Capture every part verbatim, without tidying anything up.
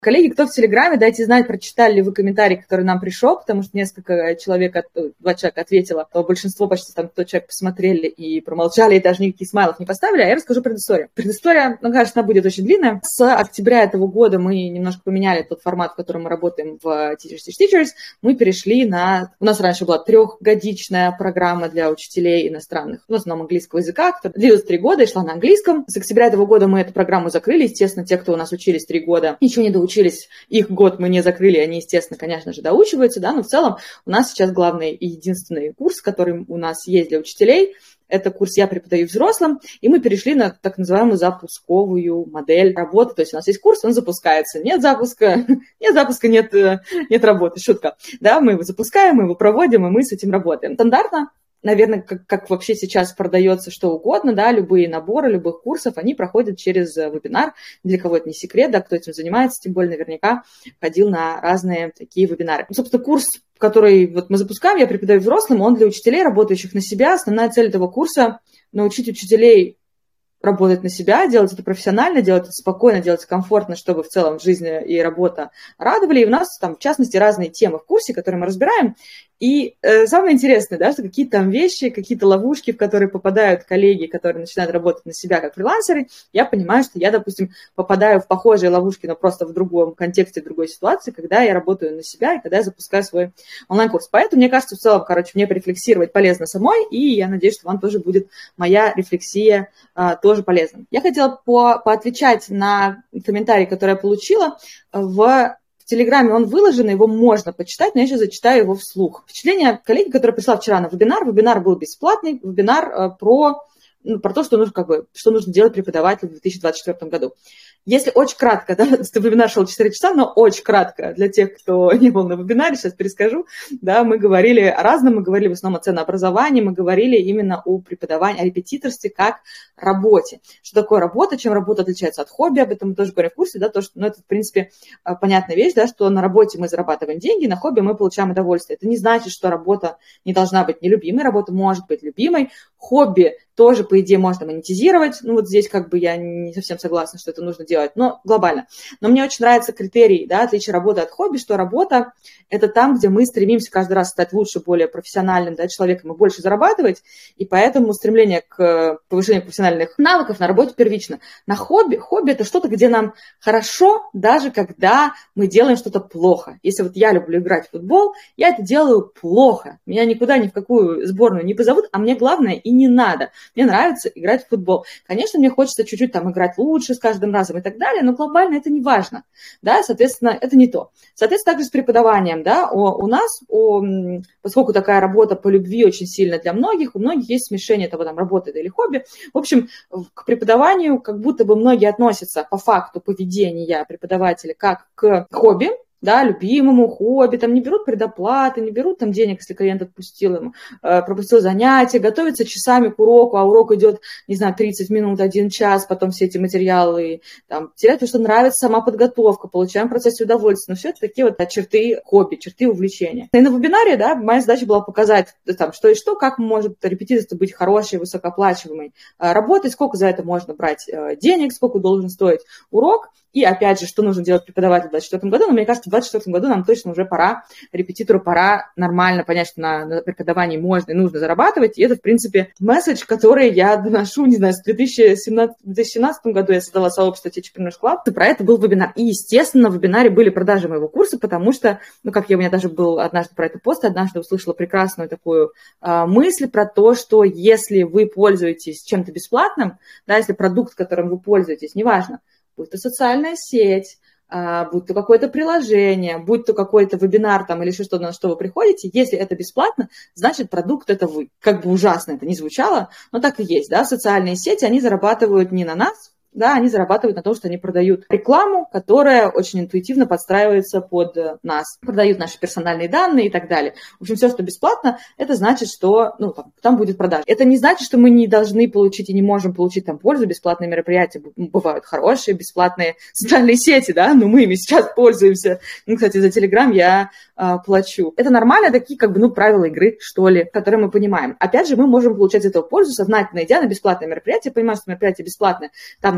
Коллеги, кто в Телеграме, дайте знать, прочитали ли вы комментарий, который нам пришел, потому что несколько человек, два человека ответило, то большинство почти там тот человек посмотрели и промолчали, и даже никаких смайлов не поставили, а я расскажу предысторию. Предыстория, ну, конечно, она будет очень длинная. С октября этого года мы немножко поменяли тот формат, в котором мы работаем в Teachers Teach Teachers. Мы перешли на... У нас раньше была трехгодичная программа для учителей иностранных, в основном английского языка, которая длилась три года и шла на английском. С октября этого года мы эту программу закрыли. Естественно, те, кто у нас учились три года, ничего не доучились. Учились, их год мы не закрыли, они, естественно, конечно же, доучиваются, да, но в целом у нас сейчас главный и единственный курс, который у нас есть для учителей, это курс «Я преподаю взрослым», и мы перешли на так называемую запусковую модель работы, то есть у нас есть курс, он запускается, нет запуска, нет запуска, нет, нет работы, шутка, да, мы его запускаем, мы его проводим, и мы с этим работаем. Стандартно, наверное, как, как вообще сейчас продается что угодно, да, любые наборы, любых курсов, они проходят через вебинар. Для кого это не секрет, да, кто этим занимается, тем более наверняка ходил на разные такие вебинары. Собственно, курс, который вот мы запускаем, «Я преподаю взрослым», он для учителей, работающих на себя. Основная цель этого курса – научить учителей работать на себя, делать это профессионально, делать это спокойно, делать это комфортно, чтобы в целом жизнь и работа радовали. И у нас там, в частности, разные темы в курсе, которые мы разбираем. И э, самое интересное, да, что какие-то там вещи, какие-то ловушки, в которые попадают коллеги, которые начинают работать на себя как фрилансеры, я понимаю, что я, допустим, попадаю в похожие ловушки, но просто в другом контексте, в другой ситуации, когда я работаю на себя и когда я запускаю свой онлайн-курс. Поэтому, мне кажется, в целом, короче, мне порефлексировать полезно самой, и я надеюсь, что вам тоже будет моя рефлексия э, тоже полезна. Я хотела по, поотвечать на комментарий, который я получила в... В Телеграме он выложен, его можно почитать, но я сейчас зачитаю его вслух. Впечатление коллеги, который прислал вчера на вебинар. Вебинар был бесплатный, вебинар про, ну, про то, что нужно, как бы, что нужно делать преподавателю в две тысячи двадцать четвёртом году. Если очень кратко, да, вебинар шел четыре часа, но очень кратко для тех, кто не был на вебинаре, сейчас перескажу, да, мы говорили о разном, мы говорили в основном о ценообразовании, мы говорили именно о преподавании, о репетиторстве как работе. Что такое работа, чем работа отличается от хобби, об этом мы тоже говорим в курсе, да, то, что, ну, это, в принципе, понятная вещь, да, что на работе мы зарабатываем деньги, на хобби мы получаем удовольствие. Это не значит, что работа не должна быть нелюбимой, работа может быть любимой, хобби тоже, по идее, можно монетизировать. Ну, вот здесь как бы я не совсем согласна, что это нужно делать, но глобально. Но мне очень нравится критерий, да, отличие работы от хобби, что работа – это там, где мы стремимся каждый раз стать лучше, более профессиональным, да, человеком и больше зарабатывать, и поэтому стремление к повышению профессиональных навыков на работе первично. На хобби, хобби – это что-то, где нам хорошо, даже когда мы делаем что-то плохо. Если вот я люблю играть в футбол, я это делаю плохо. Меня никуда ни в какую сборную не позовут, а мне главное и не надо. Мне нравится играть в футбол. Конечно, мне хочется чуть-чуть там играть лучше с каждым разом и так далее, но глобально это не важно, да, соответственно, это не то. Соответственно, также с преподаванием, да, у, у нас, у, поскольку такая работа по любви очень сильно для многих, у многих есть смешение того, там, работа или хобби. В общем, к преподаванию как будто бы многие относятся по факту поведения преподавателя как к хобби, да, любимому хобби, там не берут предоплаты, не берут там денег, если клиент отпустил ему, э, пропустил занятия, готовятся часами к уроку, а урок идет, не знаю, тридцать минут, один час, потом все эти материалы, там, теряют то, что нравится сама подготовка, получаем в процессе удовольствия, но все это такие вот черты хобби, черты увлечения. И на вебинаре, да, моя задача была показать, там, что и что, как может репетиторство быть хорошей, высокооплачиваемой работой, сколько за это можно брать денег, сколько должен стоить урок, и, опять же, что нужно делать преподавателю в двадцать четвёртом году, но мне кажется, в двадцать четвёртом году нам точно уже пора, репетитору пора нормально понять, что на, на преподавании можно и нужно зарабатывать, и это, в принципе, месседж, который я доношу, не знаю, с две тысячи семнадцатом году я создала сообщество Teachpreneurs Club, и про это был вебинар. И, естественно, в вебинаре были продажи моего курса, потому что, ну, как я, у меня даже был однажды про это пост, однажды услышала прекрасную такую э, мысль про то, что если вы пользуетесь чем-то бесплатным, да, если продукт, которым вы пользуетесь, неважно, будь то социальная сеть, будь то какое-то приложение, будь то какой-то вебинар там или еще что-то, на что вы приходите, если это бесплатно, значит, продукт – это вы. Как бы ужасно это ни звучало, но так и есть, да, социальные сети, они зарабатывают не на нас, да, они зарабатывают на том, что они продают рекламу, которая очень интуитивно подстраивается под нас, продают наши персональные данные и так далее. В общем, все, что бесплатно, это значит, что, ну, там, там будет продажа. Это не значит, что мы не должны получить и не можем получить там пользу. Бесплатные мероприятия бывают хорошие, бесплатные социальные сети, да, но мы ими сейчас пользуемся. Ну, кстати, за Telegram я а, плачу. Это нормально, такие, как бы, ну, правила игры, что ли, которые мы понимаем. Опять же, мы можем получать из этого пользу, сознательно идя на бесплатное мероприятие, понимая, что мероприятие бесплатное, там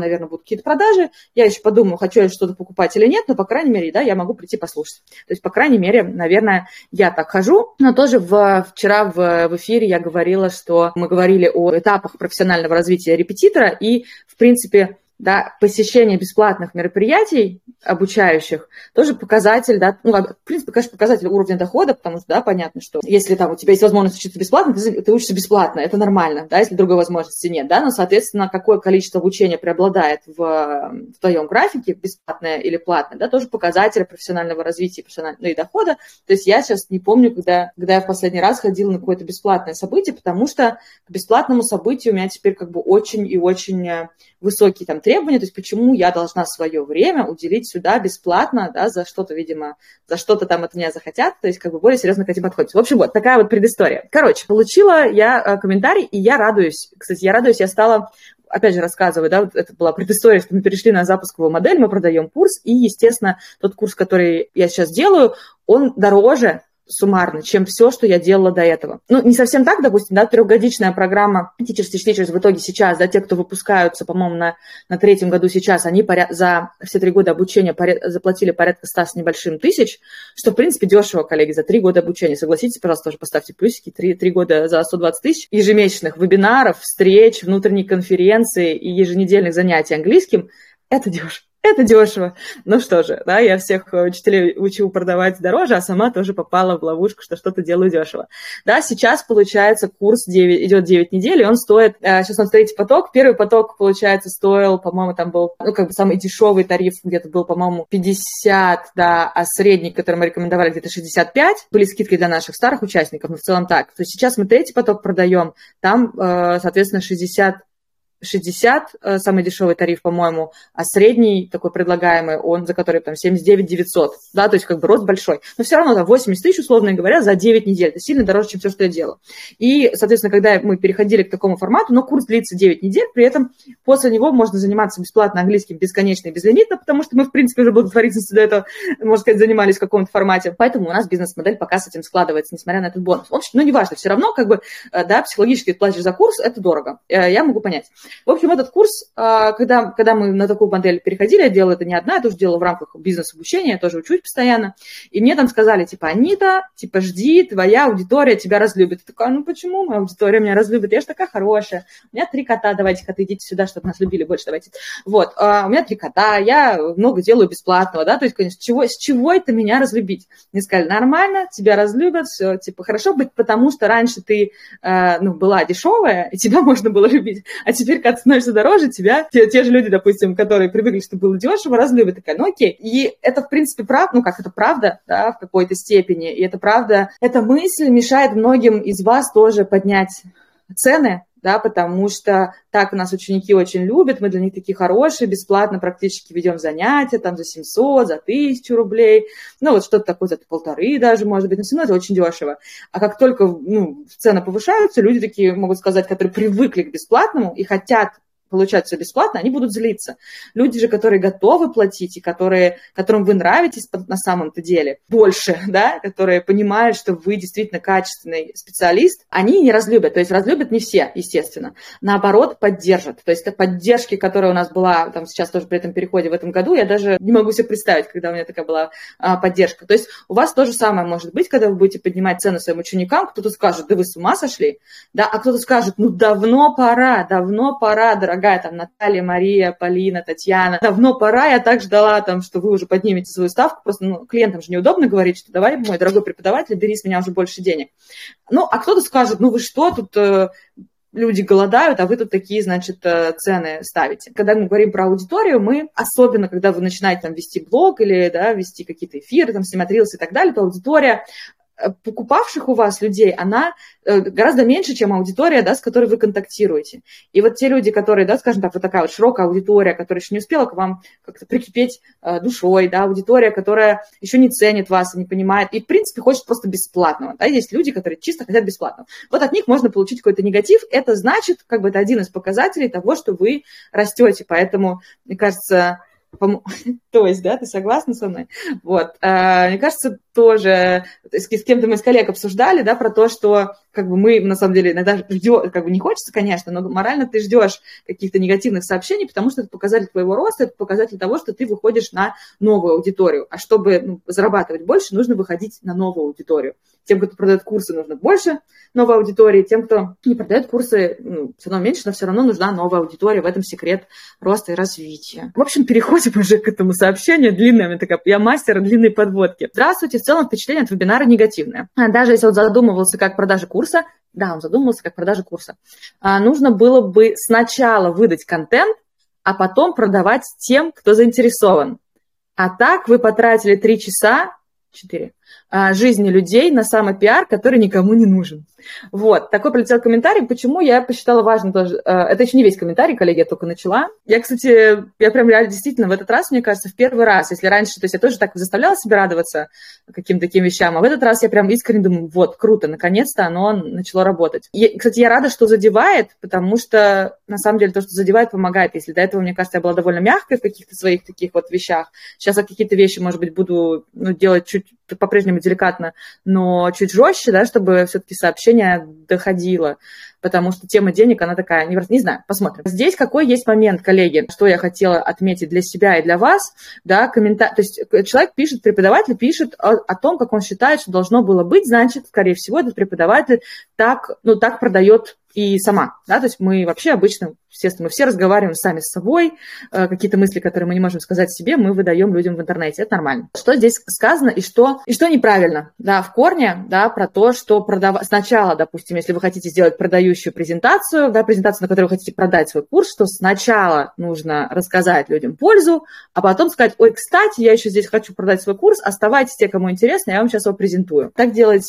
наверное, будут какие-то продажи, я еще подумаю, хочу я что-то покупать или нет, но, по крайней мере, да, я могу прийти послушать. То есть, по крайней мере, наверное, я так хожу. Но тоже в, вчера в, в эфире я говорила, что мы говорили о этапах профессионального развития репетитора, и, в принципе, да, посещение бесплатных мероприятий обучающих тоже показатель, да, ну, в принципе, конечно, показатель уровня дохода, потому что, да, понятно, что если там у тебя есть возможность учиться бесплатно, ты, ты учишься бесплатно, это нормально, да, если другой возможности нет, да, но, соответственно, какое количество обучения преобладает в, в твоем графике, бесплатное или платное, да, тоже показатель профессионального развития профессионального и дохода. То есть я сейчас не помню, когда, когда я в последний раз ходила на какое-то бесплатное событие, потому что к бесплатному событию у меня теперь как бы очень и очень высокие там требования, то есть почему я должна свое время уделить сюда бесплатно, да, за что-то, видимо, за что-то там от меня захотят, то есть как бы более серьезно к этим подходить. В общем, вот такая вот предыстория. Короче, получила я комментарий, и я радуюсь. Кстати, я радуюсь, я стала, опять же, рассказываю, да, вот это была предыстория, что мы перешли на запусковую модель, мы продаем курс, и, естественно, тот курс, который я сейчас делаю, он дороже суммарно, чем все, что я делала до этого. Ну, не совсем так, допустим, да, трехгодичная программа Teachers Teach Teachers в итоге сейчас, да, те, кто выпускаются, по-моему, на, на третьем году сейчас, они поряд, за все три года обучения поряд, заплатили порядка ста с небольшим тысяч, что, в принципе, дешево, коллеги, за три года обучения. Согласитесь, пожалуйста, тоже поставьте плюсики, три, три года за сто двадцать тысяч ежемесячных вебинаров, встреч, внутренней конференции и еженедельных занятий английским. Это дешево. Это дешево. Ну что же, да, я всех учителей учу продавать дороже, а сама тоже попала в ловушку, что что-то делаю дешево. Да, сейчас, получается, курс девять, идет девять недель, и он стоит, сейчас он третий поток, первый поток, получается, стоил, по-моему, там был, ну, как бы самый дешевый тариф где-то был, по-моему, пятьдесят, да, а средний, который мы рекомендовали, где-то шестьдесят пять, были скидки для наших старых участников, но в целом так. То есть сейчас мы третий поток продаем, там, соответственно, шестьдесят шестьдесят, самый дешевый тариф, по-моему, а средний такой предлагаемый, он за который там семьдесят девять девятьсот, да, то есть как бы рост большой. Но все равно там восемьдесят тысяч, условно говоря, за девять недель. Это сильно дороже, чем все, что я делала. И, соответственно, когда мы переходили к такому формату, но курс длится девять недель, при этом после него можно заниматься бесплатно английским бесконечно и безлимитно, потому что мы, в принципе, уже благотворительностью до этого, можно сказать, занимались в каком-то формате. Поэтому у нас бизнес-модель пока с этим складывается, несмотря на этот бонус. В общем, ну, неважно, все равно, как бы, да, психологически платишь за курс, это дорого. Я могу понять. В общем, этот курс, когда, когда мы на такую модель переходили, я делала это не одна, я тоже делала в рамках бизнес-обучения, я тоже учусь постоянно, и мне там сказали, типа, Анита, типа, жди, твоя аудитория тебя разлюбит. Я такая, ну почему моя аудитория меня разлюбит? Я же такая хорошая. У меня три кота, давайте, коты, идите сюда, чтобы нас любили больше, давайте. Вот, у меня три кота, я много делаю бесплатного, да, то есть, конечно, с чего, с чего это меня разлюбить? Мне сказали, нормально, тебя разлюбят, все, типа, хорошо быть, потому что раньше ты, ну, была дешевая, и тебя можно было любить, а теперь, когда ты становишься дороже, тебя те, те же люди, допустим, которые привыкли, что было дешево, разлюбят. Такая, ну окей. И это, в принципе, правда, ну как это правда, да, в какой-то степени. И это правда, эта мысль мешает многим из вас тоже поднять цены, да, потому что так нас ученики очень любят, мы для них такие хорошие, бесплатно практически ведем занятия, там за семьсот, за тысячу рублей, ну вот что-то такое за полторы даже, может быть, но все равно это очень дешево. А как только, ну, цены повышаются, люди такие могут сказать, которые привыкли к бесплатному и хотят получать все бесплатно, они будут злиться. Люди же, которые готовы платить и которые, которым вы нравитесь на самом-то деле больше, да, которые понимают, что вы действительно качественный специалист, они не разлюбят. То есть разлюбят не все, естественно. Наоборот, поддержат. То есть поддержки, которая у нас была там сейчас тоже при этом переходе в этом году, я даже не могу себе представить, когда у меня такая была а, поддержка. То есть у вас то же самое может быть, когда вы будете поднимать цены своим ученикам, кто-то скажет, да вы с ума сошли, да, а кто-то скажет, ну давно пора, давно пора, дорогая, там, Наталья, Мария, Полина, Татьяна, давно пора, я так ждала, там, что вы уже поднимете свою ставку, просто, ну, клиентам же неудобно говорить, что давай, мой дорогой преподаватель, бери с меня уже больше денег. Ну, а кто-то скажет, ну, вы что, тут э, люди голодают, а вы тут такие, значит, э, цены ставите. Когда мы говорим про аудиторию, мы, особенно, когда вы начинаете там вести блог или, да, вести какие-то эфиры, там, снимать рилсы и так далее, то аудитория покупавших у вас людей, она гораздо меньше, чем аудитория, да, с которой вы контактируете. И вот те люди, которые, да, скажем так, вот такая вот широкая аудитория, которая еще не успела к вам как-то прикипеть душой, да, аудитория, которая еще не ценит вас и не понимает, и, в принципе, хочет просто бесплатного, да, есть люди, которые чисто хотят бесплатного. Вот от них можно получить какой-то негатив, это значит, как бы, это один из показателей того, что вы растете, поэтому, мне кажется, То есть, да, ты согласна со мной? Вот. Мне кажется, тоже с кем-то мы из коллег обсуждали, да, про то, что как бы мы, на самом деле, иногда ждем, как бы не хочется, конечно, но морально ты ждешь каких-то негативных сообщений, потому что это показатель твоего роста, это показатель того, что ты выходишь на новую аудиторию. А чтобы ну, зарабатывать больше, нужно выходить на новую аудиторию. Тем, кто продает курсы, нужно больше новой аудитории. Тем, кто не продает курсы, ну, все равно меньше, но все равно нужна новая аудитория. В этом секрет роста и развития. В общем, переходим уже к этому сообщению. Длинное, я, такая, я мастер длинной подводки. Здравствуйте. В целом впечатление от вебинара негативное. Даже если он задумывался как продажа курса, да, он задумывался как продажа курса, нужно было бы сначала выдать контент, а потом продавать тем, кто заинтересован. А так вы потратили три часа, четыре, жизни людей на самопиар, который никому не нужен. Вот, такой прилетел комментарий, почему я посчитала важным тоже. Это еще не весь комментарий, коллеги, я только начала. Я, кстати, я прям реально действительно в этот раз, мне кажется, в первый раз, если раньше, то есть я тоже так заставляла себя радоваться каким-то таким вещам, а в этот раз я прям искренне думаю, вот, круто, наконец-то оно начало работать. И, кстати, я рада, что задевает, потому что, на самом деле, то, что задевает, помогает. Если до этого, мне кажется, я была довольно мягкой в каких-то своих таких вот вещах, сейчас я какие-то вещи, может быть, буду ну, делать чуть по-прежнему деликатно, но чуть жестче, да, чтобы все-таки сообщение доходило, потому что тема денег, она такая, не, не знаю, посмотрим. Здесь какой есть момент, коллеги, что я хотела отметить для себя и для вас, да, комментарий, то есть человек пишет, преподаватель пишет о, о том, как он считает, что должно было быть, значит, скорее всего, этот преподаватель так, ну, так продает и сама, да, то есть мы вообще обычно, естественно, мы все разговариваем сами с собой, э, какие-то мысли, которые мы не можем сказать себе, мы выдаем людям в интернете, это нормально. Что здесь сказано и что, и что неправильно, да, в корне, да, про то, что продав... сначала, допустим, если вы хотите сделать продающую презентацию, да, презентацию, на которой вы хотите продать свой курс, что сначала нужно рассказать людям пользу, а потом сказать, ой, кстати, я еще здесь хочу продать свой курс, оставайтесь те, кому интересно, я вам сейчас его презентую. Так делать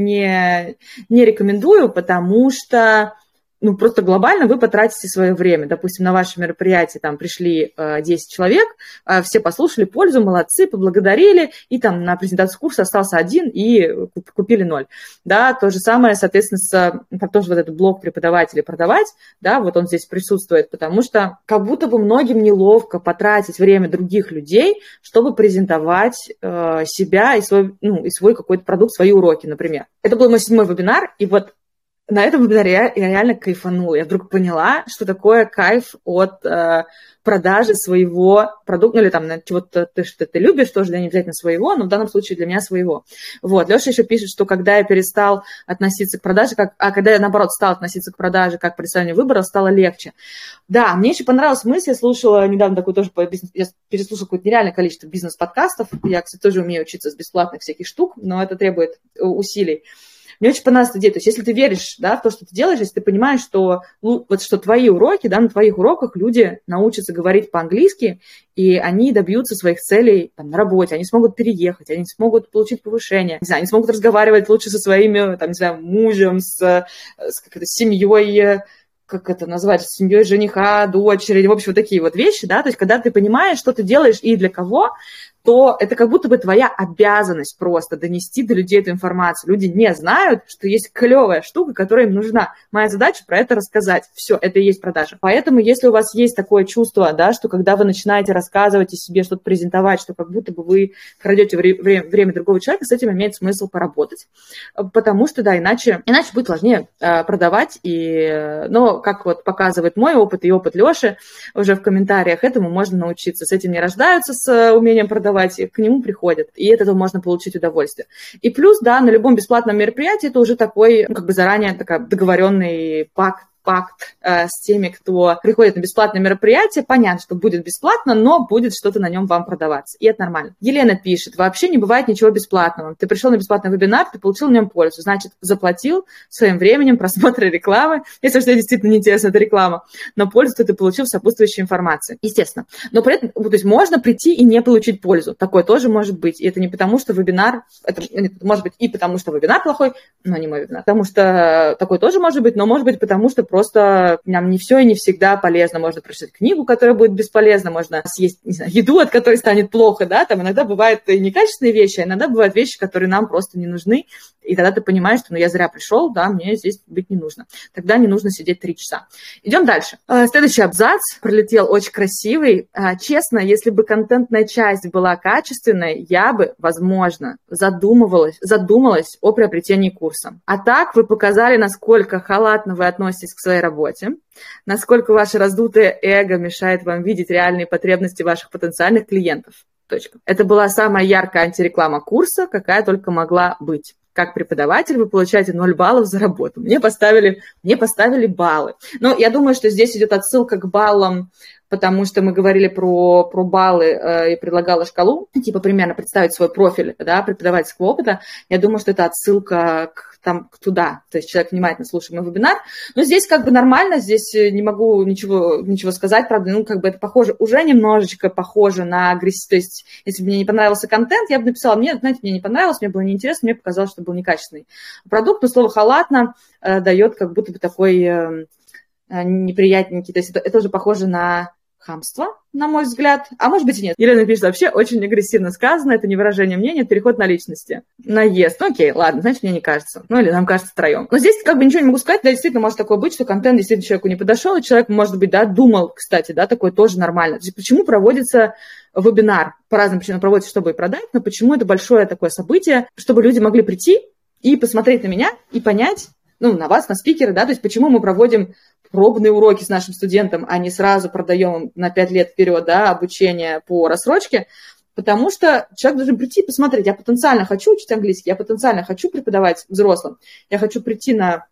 не, не рекомендую, потому что ну, просто глобально вы потратите свое время. Допустим, на ваше мероприятие там пришли э, десять человек, э, все послушали пользу, молодцы, поблагодарили, и там на презентацию курса остался один и купили ноль. Да, то же самое, соответственно, с, как тоже вот этот блок преподавателей продавать, да, вот он здесь присутствует, потому что как будто бы многим неловко потратить время других людей, чтобы презентовать э, себя и свой, ну, и свой какой-то продукт, свои уроки, например. Это был мой седьмой вебинар, и вот на этом вебинаре я, я реально кайфанула. Я вдруг поняла, что такое кайф от э, продажи своего продукта, ну или там чего-то, ты, что ты любишь, тоже да, не обязательно своего, но в данном случае для меня своего. Вот. Леша еще пишет, что когда я перестал относиться к продаже, как, а когда я, наоборот, стал относиться к продаже как к представлению выбора, стало легче. Да, мне еще понравилась мысль, я слушала недавно такой тоже, по бизнес, я переслушала какое-то нереальное количество бизнес-подкастов, я, кстати, тоже умею учиться с бесплатных всяких штук, но это требует усилий. Мне очень понравилась идея, то есть если ты веришь, да, в то, что ты делаешь, если ты понимаешь, что, ну, вот, что твои уроки, да, на твоих уроках люди научатся говорить по-английски, и они добьются своих целей там, на работе, они смогут переехать, они смогут получить повышение, не знаю, они смогут разговаривать лучше со своими, там, не знаю, мужем, с, с как-то, семьей, как это назвать, с семьей жениха, дочери, в общем, вот такие вот вещи, да, то есть когда ты понимаешь, что ты делаешь и для кого, то это как будто бы твоя обязанность просто донести до людей эту информацию. Люди не знают, что есть клевая штука, которая им нужна. Моя задача про это рассказать. Все, это и есть продажа. Поэтому, если у вас есть такое чувство, да, что когда вы начинаете рассказывать о себе, что-то презентовать, что как будто бы вы крадете время, время другого человека, с этим имеет смысл поработать. Потому что, да, иначе, иначе будет сложнее э, продавать. И, но, как вот показывает мой опыт и опыт Леши уже в комментариях, этому можно научиться. С этим не рождаются, с умением продавать, к нему приходят, и от этого можно получить удовольствие. И плюс, да, на любом бесплатном мероприятии это уже такой, ну, как бы заранее такой договоренный пакт, пакт э, с теми, кто приходит на бесплатное мероприятие. Понятно, что будет бесплатно, но будет что-то на нем вам продаваться. И это нормально. Елена пишет, вообще не бывает ничего бесплатного. Ты пришел на бесплатный вебинар, ты получил на нем пользу. Значит, заплатил своим временем просмотра рекламы. Если что действительно неинтересно, это реклама. Но пользу ты получил в сопутствующей информации. Естественно. Но при этом, то есть можно прийти и не получить пользу. Такое тоже может быть. И это не потому, что вебинар, это может быть и потому, что вебинар плохой, но не мой вебинар. Потому что такое тоже может быть, но может быть потому, что просто нам не все и не всегда полезно. Можно прочитать книгу, которая будет бесполезна, можно съесть, не знаю, еду, от которой станет плохо, да, там иногда бывают и некачественные вещи, а иногда бывают вещи, которые нам просто не нужны, и тогда ты понимаешь, что ну, я зря пришел, да, мне здесь быть не нужно. Тогда не нужно сидеть три часа. Идем дальше. Следующий абзац пролетел очень красивый. Честно, если бы контентная часть была качественной, я бы, возможно, задумывалась, задумалась о приобретении курса. А так вы показали, насколько халатно вы относитесь к своей работе, насколько ваше раздутое эго мешает вам видеть реальные потребности ваших потенциальных клиентов. Точка. Это была самая яркая антиреклама курса, какая только могла быть. Как преподаватель вы получаете ноль баллов за работу. Мне поставили, мне поставили баллы. Но я думаю, что здесь идет отсылка к баллам, потому что мы говорили про, про баллы э, и предлагала шкалу, типа примерно представить свой профиль, да, преподавательского опыта. Я думаю, что это отсылка к, там, к туда. То есть человек внимательно слушает мой вебинар. Но здесь как бы нормально, здесь не могу ничего, ничего сказать, правда, ну как бы это похоже, уже немножечко похоже на агрессию. То есть если бы мне не понравился контент, я бы написала, мне, знаете, мне не понравилось, мне было неинтересно, мне показалось, что был некачественный продукт, но слово «халатно» э, дает как будто бы такой э, неприятненький. То есть это, это уже похоже на хамство, на мой взгляд. А может быть и нет. Елена пишет, вообще очень агрессивно сказано, это не выражение мнения, это переход на личности. Наезд. Ну, окей, ладно, значит, мне не кажется. Ну, или нам кажется втроем. Но здесь как бы ничего не могу сказать. Да, действительно, может такое быть, что контент действительно человеку не подошел, и человек, может быть, да, думал, кстати, да, такое тоже нормально. То есть почему проводится вебинар? По разным причинам проводится, чтобы и продать, но почему это большое такое событие, чтобы люди могли прийти и посмотреть на меня и понять, ну, на вас, на спикера, да, то есть почему мы проводим пробные уроки с нашим студентом, а не сразу продаем на пять лет вперед, да, обучение по рассрочке, потому что человек должен прийти и посмотреть, я потенциально хочу учить английский, я потенциально хочу преподавать взрослым, я хочу прийти на,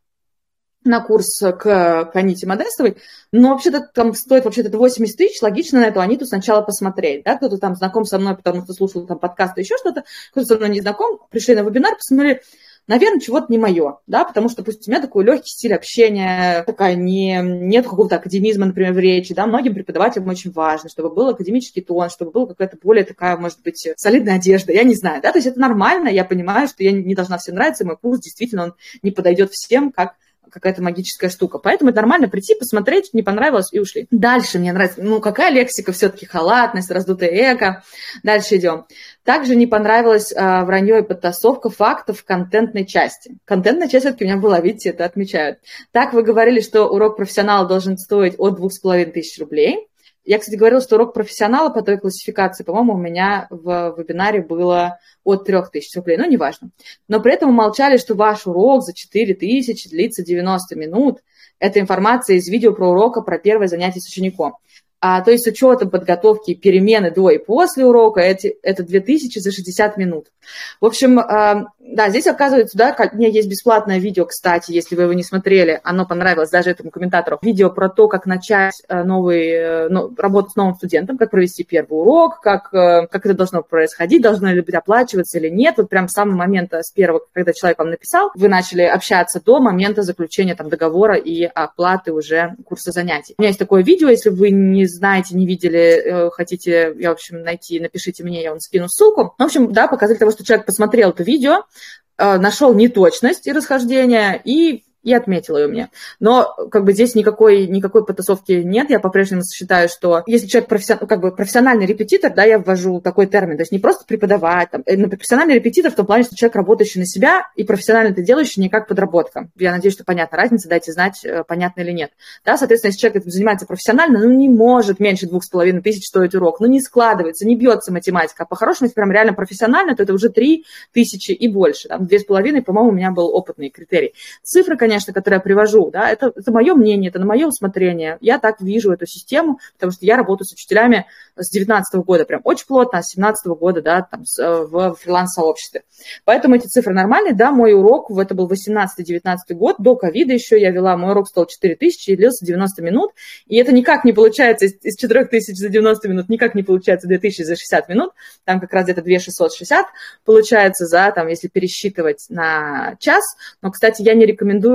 на курс к, к Аните Модестовой, но вообще-то там стоит вообще-то восемьдесят тысяч, логично на эту Аниту сначала посмотреть, да, кто-то там знаком со мной, потому что слушал там подкасты, еще что-то, кто-то со мной не знаком, пришли на вебинар, посмотрели, наверное, чего-то не мое, да, потому что, пусть у меня такой легкий стиль общения, такая не, нет какого-то академизма, например, в речи, да, многим преподавателям очень важно, чтобы был академический тон, чтобы была какая-то более такая, может быть, солидная одежда, я не знаю, да, то есть это нормально, я понимаю, что я не должна всем нравиться, мой курс действительно, он не подойдет всем, как какая-то магическая штука. Поэтому это нормально прийти, посмотреть, не понравилось и ушли. Дальше мне нравится, ну, какая лексика все-таки, халатность, раздутое эго. Дальше идем. Также не понравилось а, вранье и подтасовка фактов в контентной части. Контентная часть все-таки у меня была, видите, это отмечают. Так, вы говорили, что урок профессионала должен стоить от двух с половиной тысяч рублей. Я, кстати, говорила, что урок профессионала по той классификации, по-моему, у меня в вебинаре было от трех тысяч рублей, ну, неважно. Но при этом мы молчали, что ваш урок за четыре тысячи длится девяносто минут. Это информация из видео про урока, про первое занятие с учеником. А, то есть с учетом подготовки перемены до и после урока эти, это две тысячи за шестьдесят минут. В общем, э, да, здесь оказывается, да, у меня есть бесплатное видео, кстати, если вы его не смотрели, оно понравилось даже этому комментатору. Видео про то, как начать новый, э, ну, работу с новым студентом, как провести первый урок, как, э, как это должно происходить, должно ли быть оплачиваться или нет. Вот прям с самого момента, с первого, когда человек вам написал, вы начали общаться до момента заключения там договора и оплаты уже курса занятий. У меня есть такое видео, если вы не знаете, не видели, хотите, я, в общем, найти, напишите мне, я вам скину ссылку. В общем, да, показатель того, что человек посмотрел это видео, нашел неточность и расхождение, и и отметила ее мне. Но как бы здесь никакой, никакой потасовки нет. Я по-прежнему считаю, что если человек профессиональный, как бы профессиональный репетитор, да, я ввожу такой термин, то есть не просто преподавать, там, но профессиональный репетитор в том плане, что человек, работающий на себя, и профессионально это делающий не как подработка. Я надеюсь, что понятна разница, дайте знать, понятно или нет. Да, соответственно, если человек занимается профессионально, ну, не может меньше двух с половиной тысяч стоить урок, ну, не складывается, не бьется математика. А по-хорошему, если прям реально профессионально, то это уже три тысячи и больше. Там, две с половиной, по-моему, у меня был опытный критерий. Цифры, конечно, конечно, которые я привожу, да, это, это мое мнение, это на мое усмотрение. Я так вижу эту систему, потому что я работаю с учителями с девятнадцатого года, прям очень плотно, а с семнадцатого года, да, там, с, в фриланс-сообществе. Поэтому эти цифры нормальные, да, мой урок, это был восемнадцатый-девятнадцатый год, до ковида еще я вела, мой урок стоил четыре тысячи и длился девяносто минут, и это никак не получается из, из четыре тысячи за девяносто минут, никак не получается две тысячи за шестьдесят минут, там как раз где-то две тысячи шестьсот шестьдесят получается за, там, если пересчитывать на час, но, кстати, я не рекомендую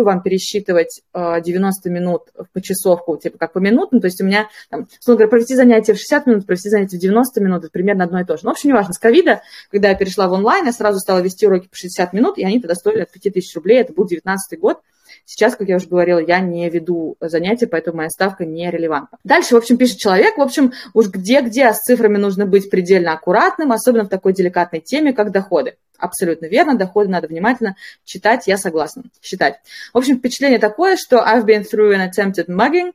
вам пересчитывать девяносто минут в почасовку, типа как по минутам, то есть у меня, там, условно говоря, провести занятие в шестьдесят минут, провести занятие в девяносто минут, это примерно одно и то же. Ну, в общем, неважно, с ковида, когда я перешла в онлайн, я сразу стала вести уроки по шестьдесят минут, и они тогда стоили от пяти тысяч рублей, это был девятнадцатый год. Сейчас, как я уже говорила, я не веду занятия, поэтому моя ставка не релевантна. Дальше, в общем, пишет человек, в общем, уж где-где, а с цифрами нужно быть предельно аккуратным, особенно в такой деликатной теме, как доходы. Абсолютно верно, доходы надо внимательно читать, я согласна, считать. В общем, впечатление такое, что I've been through an attempted mugging,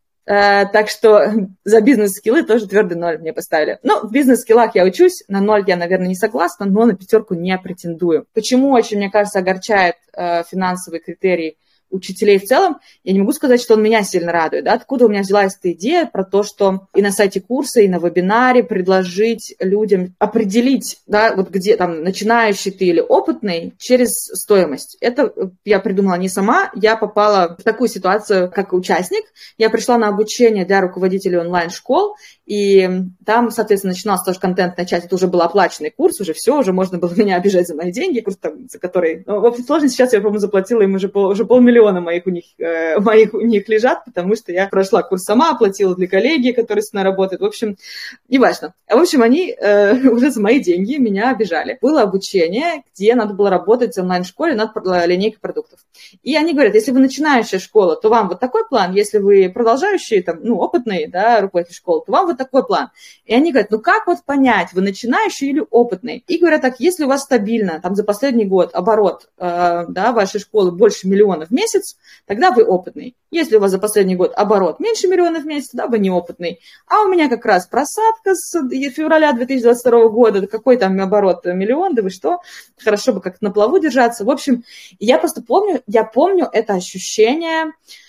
Uh, так что за бизнес-скиллы тоже твердый ноль мне поставили. Ну, в бизнес-скиллах я учусь, на ноль я, наверное, не согласна, но на пятерку не претендую. Почему очень, мне кажется, огорчает uh, финансовый критерий учителей в целом, я не могу сказать, что он меня сильно радует. Да? Откуда у меня взялась эта идея про то, что и на сайте курса, и на вебинаре предложить людям определить, да, вот где там начинающий ты или опытный через стоимость. Это я придумала не сама, я попала в такую ситуацию, как участник. Я пришла на обучение для руководителей онлайн-школ, и там, соответственно, начинался тоже контентная часть, это уже был оплаченный курс, уже все, уже можно было меня обижать за мои деньги, курс, там, за который, ну, в общей сложности сейчас я, по-моему, заплатила им уже, пол, уже полмиллиона моих у них, э, моих у них лежат, потому что я прошла курс сама, оплатила для коллеги, которые с мной работают, в общем, неважно. В общем, они э, уже за мои деньги меня обижали. Было обучение, где надо было работать в онлайн-школе над линейкой продуктов. И они говорят, если вы начинающая школа, то вам вот такой план, если вы продолжающий, там, ну, опытный, да, руководитель школы, то вам вот такой план. И они говорят, ну как вот понять, вы начинающий или опытный? И говорят так, если у вас стабильно, там за последний год оборот э, да, вашей школы больше миллиона в месяц, тогда вы опытный. Если у вас за последний год оборот меньше миллиона в месяц, тогда вы неопытный. А у меня как раз просадка с февраля две тысячи двадцать второго года, какой там оборот миллион, да вы что? Хорошо бы как-то на плаву держаться. В общем, я просто помню, я помню это ощущение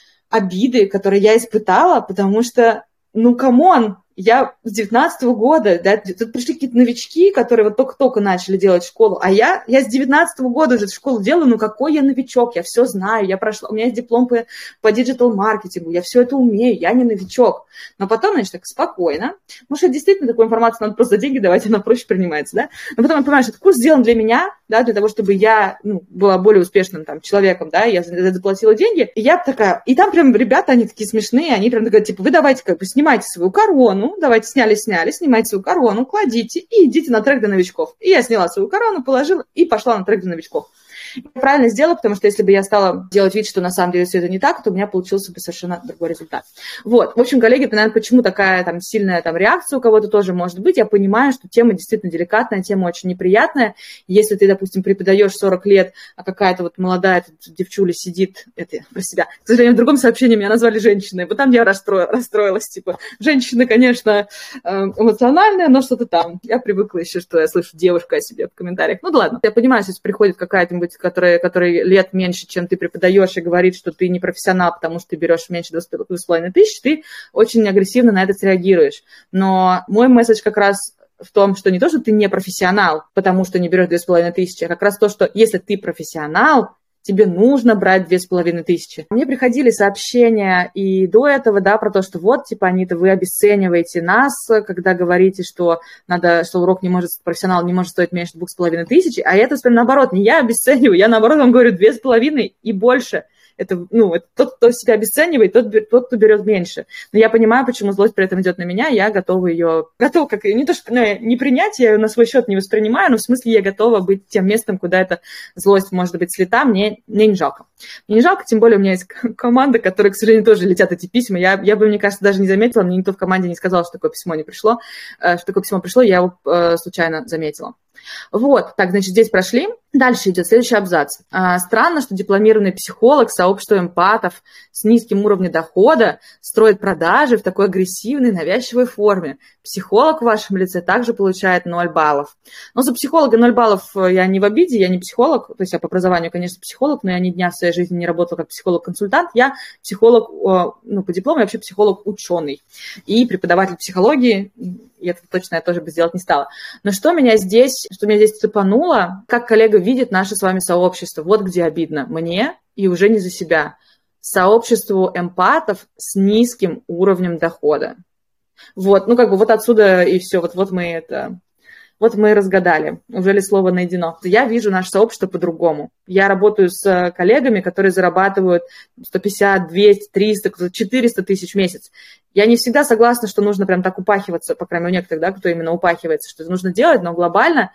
обиды, которое я испытала, потому что, ну, камон, я с девятнадцатого года, да, тут пришли какие-то новички, которые вот только-только начали делать школу, а я, я с девятнадцатого года уже школу делаю, ну какой я новичок, я все знаю, я прошла, у меня есть диплом по, по диджитал-маркетингу, я все это умею, я не новичок. Но потом, значит, так спокойно, потому что действительно такую информацию надо просто за деньги давать, она проще принимается, да, но потом я понимаю, что этот курс сделан для меня, да, для того, чтобы я, ну, была более успешным там человеком, да, я заплатила деньги, и я такая, и там прям ребята, они такие смешные, они прям говорят, типа, вы давайте как бы снимайте свою корону, давайте сняли-сняли, снимайте свою корону, кладите и идите на трек для новичков. И я сняла свою корону, положила и пошла на трек для новичков. Я правильно сделала, потому что если бы я стала делать вид, что на самом деле все это не так, то у меня получился бы совершенно другой результат. Вот. В общем, коллеги, это, наверное, почему такая там сильная там реакция у кого-то тоже может быть. Я понимаю, что тема действительно деликатная, тема очень неприятная. Если ты, допустим, преподаешь сорок лет, а какая-то вот молодая девчуля сидит, это про себя. К сожалению, в другом сообщении меня назвали женщиной. Вот там я расстроилась, расстроилась, типа, женщина, конечно, эмоциональная, но что-то там. Я привыкла еще, что я слышу девушка о себе в комментариях. Ну да ладно. Я понимаю, если приходит какая-нибудь, которая, которая лет меньше, чем ты преподаешь, и говорит, что ты не профессионал, потому что ты берешь меньше двух с половиной тысяч, ты очень агрессивно на это среагируешь. Но мой месседж как раз в том, что не то, что ты не профессионал, потому что не берешь две с половиной тысячи, а как раз то, что если ты профессионал, тебе нужно брать две с половиной тысячи. Мне приходили сообщения и до этого, да, про то, что вот, типа, Анита, вы обесцениваете нас, когда говорите, что надо, что урок не может, профессионал не может стоить меньше двух с половиной тысяч, а это, прям наоборот, не я обесцениваю, я, наоборот, вам говорю две с половиной и больше. Это, ну, это тот, кто себя обесценивает, тот, тот, кто берет меньше. Но я понимаю, почему злость при этом идет на меня, я готова ее, готова, как, не то, что ну, не принять, я ее на свой счет не воспринимаю, но в смысле я готова быть тем местом, куда эта злость может быть слита, мне, мне не жалко. Мне не жалко, тем более у меня есть команда, которой, к сожалению, тоже летят эти письма. Я, я бы, мне кажется, даже не заметила, мне никто в команде не сказал, что такое письмо не пришло, что такое письмо пришло, я его э, случайно заметила. Вот, так, значит, здесь прошли. Дальше идет следующий абзац. А, странно, что дипломированный психолог, сообщество эмпатов с низким уровнем дохода строит продажи в такой агрессивной, навязчивой форме. Психолог в вашем лице также получает ноль баллов. Но за психолога ноль баллов я не в обиде, я не психолог, то есть я по образованию, конечно, психолог, но я ни дня в своей жизни не работала как психолог-консультант, я психолог, ну, по диплому, я вообще психолог-ученый и преподаватель психологии, и это точно я тоже бы сделать не стала. Но что меня здесь, что меня здесь цепануло, как коллега видит наше с вами сообщество, вот где обидно мне и уже не за себя. Сообществу эмпатов с низким уровнем дохода. Вот, ну как бы вот отсюда и все, вот, вот мы это, Вот мы и разгадали, уже ли слово найдено. Я вижу наше сообщество по-другому. Я работаю с коллегами, которые зарабатывают сто пятьдесят, двести, триста, четыреста тысяч в месяц. Я не всегда согласна, что нужно прям так упахиваться, по крайней мере, у некоторых, да, кто именно упахивается, что это нужно делать, но глобально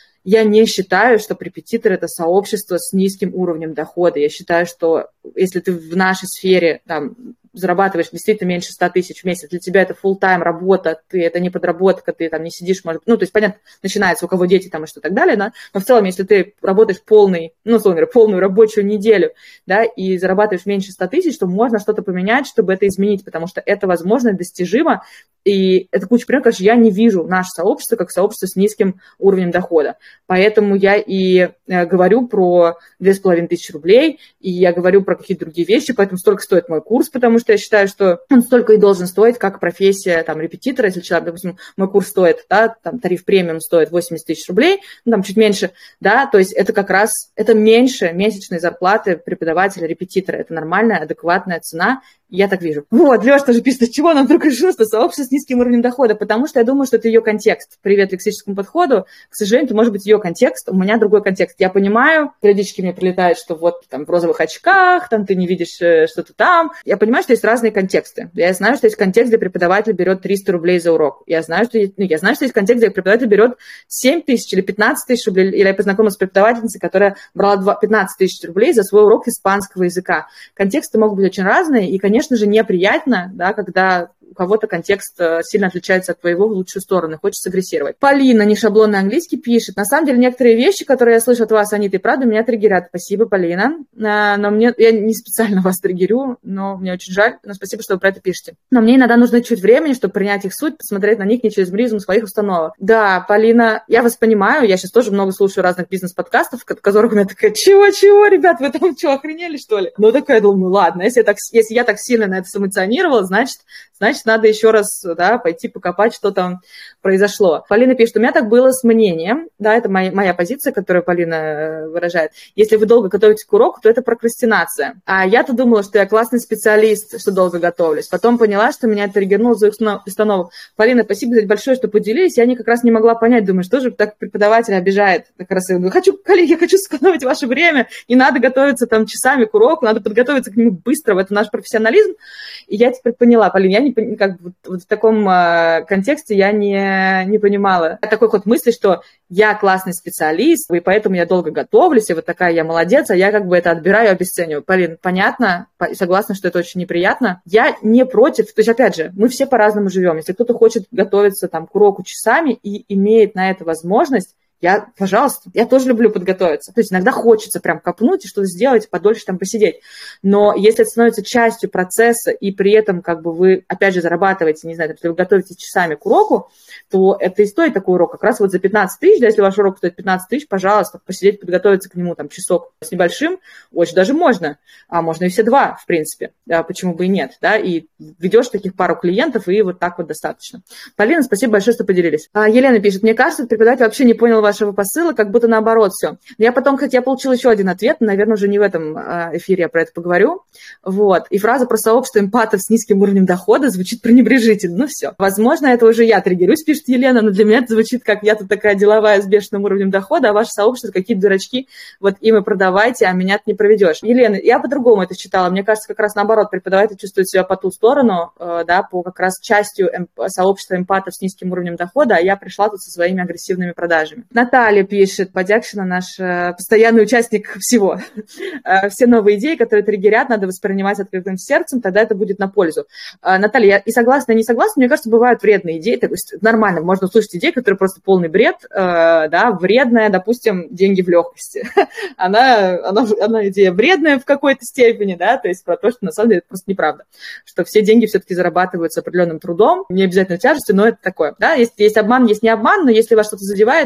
я не считаю, что репетитор – это сообщество с низким уровнем дохода. Я считаю, что если ты в нашей сфере там, зарабатываешь действительно меньше ста тысяч в месяц, для тебя это full-time работа, ты, это не подработка, ты там не сидишь, может, ну, то есть, понятно, начинается, у кого дети там и что так далее, да, но в целом, если ты работаешь полный, ну, условно говоря, полную рабочую неделю, да, и зарабатываешь меньше ста тысяч, то можно что-то поменять, чтобы это изменить, потому что это возможно, достижимо, и это куча примеров, конечно, я не вижу наше сообщество как сообщество с низким уровнем дохода, поэтому я и говорю про две с половиной тысячи рублей, и я говорю про какие-то другие вещи, поэтому столько стоит мой курс, потому что я считаю, что он столько и должен стоить, как профессия там, репетитора. Если человек, допустим, мой курс стоит, да, там, тариф премиум стоит восемьдесят тысяч рублей, ну, там чуть меньше, да, то есть это как раз, это меньше месячной зарплаты преподавателя-репетитора. Это нормальная, адекватная цена. Я так вижу. Вот, Леша тоже пишет, с чего нам вдруг решилось, что сообщество с низким уровнем дохода, потому что я думаю, что это ее контекст. Привет лексическому подходу. К сожалению, это может быть ее контекст, у меня другой контекст. Я понимаю, периодически мне прилетает, что вот там в розовых очках, там ты не видишь что-то там. Я понимаю, что есть разные контексты. Я знаю, что есть контекст, где преподаватель берет триста рублей за урок. Я знаю, что есть, ну, я знаю, что есть контекст, где преподаватель берет семь тысяч или пятнадцать тысяч рублей. Или я познакомилась с преподавательницей, которая брала пятнадцать тысяч рублей за свой урок испанского языка. Контексты могут быть очень разные, и, конечно же, неприятно, да, когда у кого-то контекст сильно отличается от твоего в лучшую сторону, хочется агрессировать. Полина, не шаблонный английский, пишет. На самом деле, некоторые вещи, которые я слышу от вас, они и правда меня триггерят. Спасибо, Полина. Но мне, я не специально вас триггерю, но мне очень жаль. Но спасибо, что вы про это пишете. Но мне иногда нужно чуть времени, чтобы принять их суть, посмотреть на них не через призму своих установок. Да, Полина, я вас понимаю. Я сейчас тоже много слушаю разных бизнес-подкастов, в которых у меня такая, чего-чего, ребят, вы там что, охренели, что ли? Ну, такая, думаю, ладно, если я так, если я так сильно на это сэмоционировала, значит, значит, надо еще раз, да, пойти покопать, что там произошло. Полина пишет, у меня так было с мнением, да, это моя, моя позиция, которую Полина выражает. Если вы долго готовитесь к уроку, то это прокрастинация. А я-то думала, что я классный специалист, что долго готовлюсь. Потом поняла, что меня это триггернуло за установок. Полина, спасибо большое, что поделились. Я не как раз не могла понять, думаю, что же так преподаватель обижает. Как раз я говорю, хочу, коллеги, я хочу сэкономить ваше время, не надо готовиться там часами к уроку, надо подготовиться к нему быстро, это наш профессионализм. И я теперь поняла, Полин, я не, как бы, вот в таком э, контексте я не, не понимала. Такой ход мысли, что я классный специалист, и поэтому я долго готовлюсь, и вот такая я молодец, а я как бы это отбираю, обесцениваю. Полин, понятно, согласна, что это очень неприятно. Я не против, то есть, опять же, мы все по-разному живем. Если кто-то хочет готовиться там, к уроку часами и имеет на это возможность, я, пожалуйста, я тоже люблю подготовиться. То есть иногда хочется прям копнуть и что-то сделать, подольше там посидеть. Но если это становится частью процесса, и при этом как бы вы, опять же, зарабатываете, не знаю, если вы готовитесь часами к уроку, то это и стоит такой урок. Как раз вот за пятнадцать тысяч, да, если ваш урок стоит пятнадцать тысяч, пожалуйста, посидеть, подготовиться к нему там часок с небольшим, очень даже можно. А можно и все два, в принципе. Да, почему бы и нет, да, и ведешь таких пару клиентов, и вот так вот достаточно. Полина, спасибо большое, что поделились. А, Елена пишет, мне кажется, преподаватель вообще не понял вашего посыла, как будто наоборот все. Я потом, хотя я получила еще один ответ, наверное, уже не в этом эфире я про это поговорю. Вот. И фраза про сообщество эмпатов с низким уровнем дохода звучит пренебрежительно. Ну все. Возможно, это уже я триггерюсь, пишет Елена, но для меня это звучит как я тут такая деловая с бешеным уровнем дохода, а ваше сообщество какие-то дурачки, вот им и продавайте, а меня ты не проведешь. Елена, я по-другому это читала. Мне кажется, как раз наоборот, преподаватель чувствует себя по ту сторону, да, по как раз частью эм... сообщества эмпатов с низким уровнем дохода, а я пришла тут со своими агрессивными продажами. Наталья пишет, Подякшина наш э, постоянный участник всего. э, все новые идеи, которые триггерят, надо воспринимать открытым сердцем, тогда это будет на пользу. Э, Наталья, я и согласна, и не согласна, мне кажется, бывают вредные идеи, то есть нормально, можно услышать идеи, которые просто полный бред, э, да, вредная, допустим, деньги в легкости. она, она, она идея вредная в какой-то степени, да, то есть про то, что на самом деле это просто неправда, что все деньги все-таки зарабатываются определенным трудом, не обязательно тяжестью, но это такое, да, есть, есть обман, есть не обман, но если вас что-то задевает,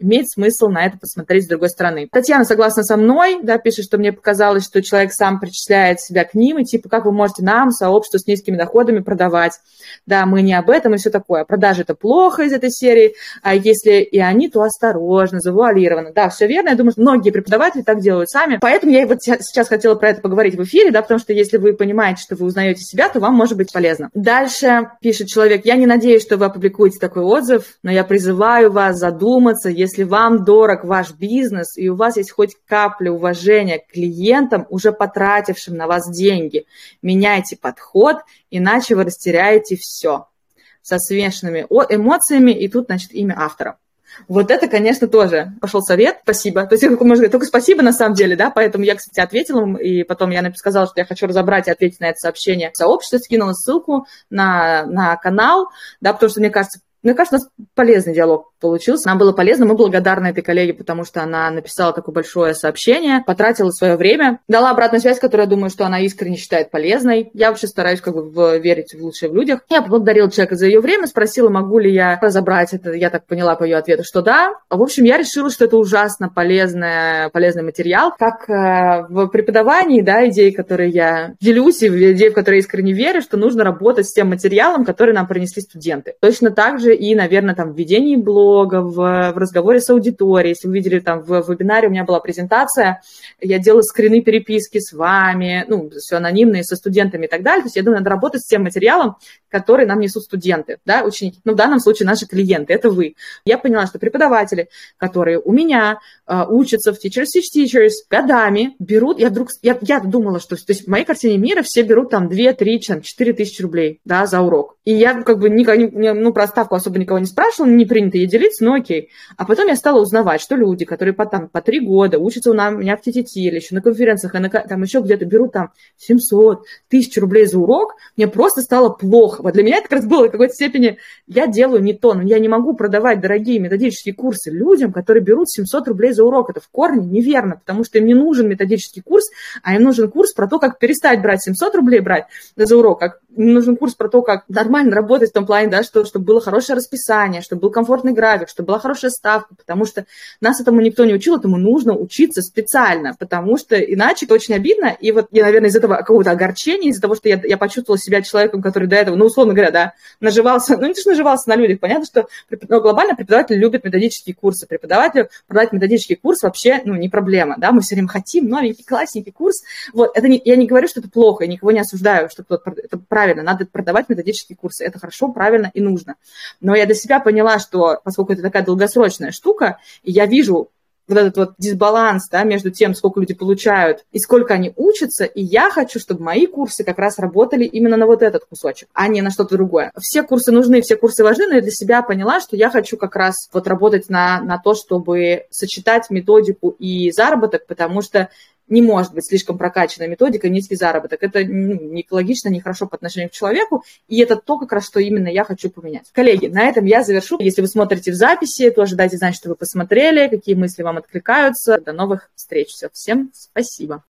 имеет смысл на это посмотреть с другой стороны. Татьяна согласна со мной, да, пишет, что мне показалось, что человек сам причисляет себя к ним, и типа, как вы можете нам, сообществу с низкими доходами, продавать? Да, мы не об этом и все такое. Продажи – это плохо из этой серии, а если и они, то осторожно, завуалированно. Да, все верно, я думаю, что многие преподаватели так делают сами, поэтому я вот сейчас хотела про это поговорить в эфире, да, потому что если вы понимаете, что вы узнаете себя, то вам может быть полезно. Дальше пишет человек: я не надеюсь, что вы опубликуете такой отзыв, но я призываю вас задуматься, если вам дорог ваш бизнес и у вас есть хоть капля уважения к клиентам, уже потратившим на вас деньги, меняйте подход, иначе вы растеряете все. Со смешанными эмоциями, и тут, значит, имя автора. Вот это, конечно, тоже пошел совет, спасибо. То есть, как можно сказать, только спасибо на самом деле, да, поэтому я, кстати, ответила им, и потом я сказала, что я хочу разобрать и ответить на это сообщение в сообществе, скинула ссылку на, на канал, да, потому что, мне кажется, Мне кажется, у нас полезный диалог получился. Нам было полезно, мы благодарны этой коллеге, потому что она написала такое большое сообщение, потратила свое время, дала обратную связь, которую, я думаю, что она искренне считает полезной. Я вообще стараюсь как бы верить в лучшее в людях. Я поблагодарила человека за ее время, спросила, могу ли я разобрать это. Я так поняла по ее ответу, что да. В общем, я решила, что это ужасно полезный, полезный материал. Как э, в преподавании, да, идеи, которые я делюсь, и идеи, в которые я искренне верю, что нужно работать с тем материалом, который нам принесли студенты. Точно так же и, наверное, там в ведении блога, в, в разговоре с аудиторией. Если вы видели, там в вебинаре у меня была презентация, я делала скрины переписки с вами, ну, все анонимные, со студентами и так далее. То есть я думаю, надо работать с тем материалом, который нам несут студенты, да, ученики. Ну, в данном случае наши клиенты, это вы. Я поняла, что преподаватели, которые у меня uh, учатся в Teachers Teach Teachers годами, берут, я вдруг, я, я думала, что, то есть в моей картине мира все берут там две, три, четыре тысячи рублей, да, за урок. И я как бы никого, ну, про ставку особо никого не спрашивала, не принято ей делиться, ну окей. А потом я стала узнавать, что люди, которые по, там, по три года учатся у меня в ти ти ти или еще на конференциях, и на, там еще где-то берут там семьсот тысяч рублей за урок, мне просто стало плохо. Вот для меня это как раз было в какой-то степени, я делаю не то, но я не могу продавать дорогие методические курсы людям, которые берут семьсот рублей за урок. Это в корне неверно, потому что им не нужен методический курс, а им нужен курс про то, как перестать брать семьсот рублей брать за урок, как им нужен курс про то, как нормально работать в том плане, да, что, чтобы было хорошее расписание, чтобы был комфортный график, чтобы была хорошая ставка, потому что нас этому никто не учил, этому нужно учиться специально, потому что иначе это очень обидно. И вот я, наверное, из этого какого-то огорчения, из-за того, что я, я почувствовала себя человеком, который до этого, ну, условно говоря, да, наживался, ну, не то, что наживался на людях, понятно, что ну, глобально преподаватель любит методические курсы. Преподавателю продать методический курс вообще, ну, не проблема, да, мы все время хотим новенький, классненький курс. Вот, это не, я не говорю, что это плохо, я никого не осуждаю, что это правильно, надо продавать методические курсы, это хорошо, правильно и нужно. Но я для себя поняла, что поскольку это такая долгосрочная штука, и я вижу вот этот вот дисбаланс, да, между тем, сколько люди получают и сколько они учатся, и я хочу, чтобы мои курсы как раз работали именно на вот этот кусочек, а не на что-то другое. Все курсы нужны, все курсы важны, но я для себя поняла, что я хочу как раз вот работать на, на то, чтобы сочетать методику и заработок, потому что не может быть слишком прокачанная методика, низкий заработок. Это ну, не экологично, не хорошо по отношению к человеку, и это то, как раз, что именно я хочу поменять. Коллеги, на этом я завершу. Если вы смотрите в записи, тоже дайте знать, что вы посмотрели, какие мысли вам откликаются. До новых встреч. Все, всем спасибо.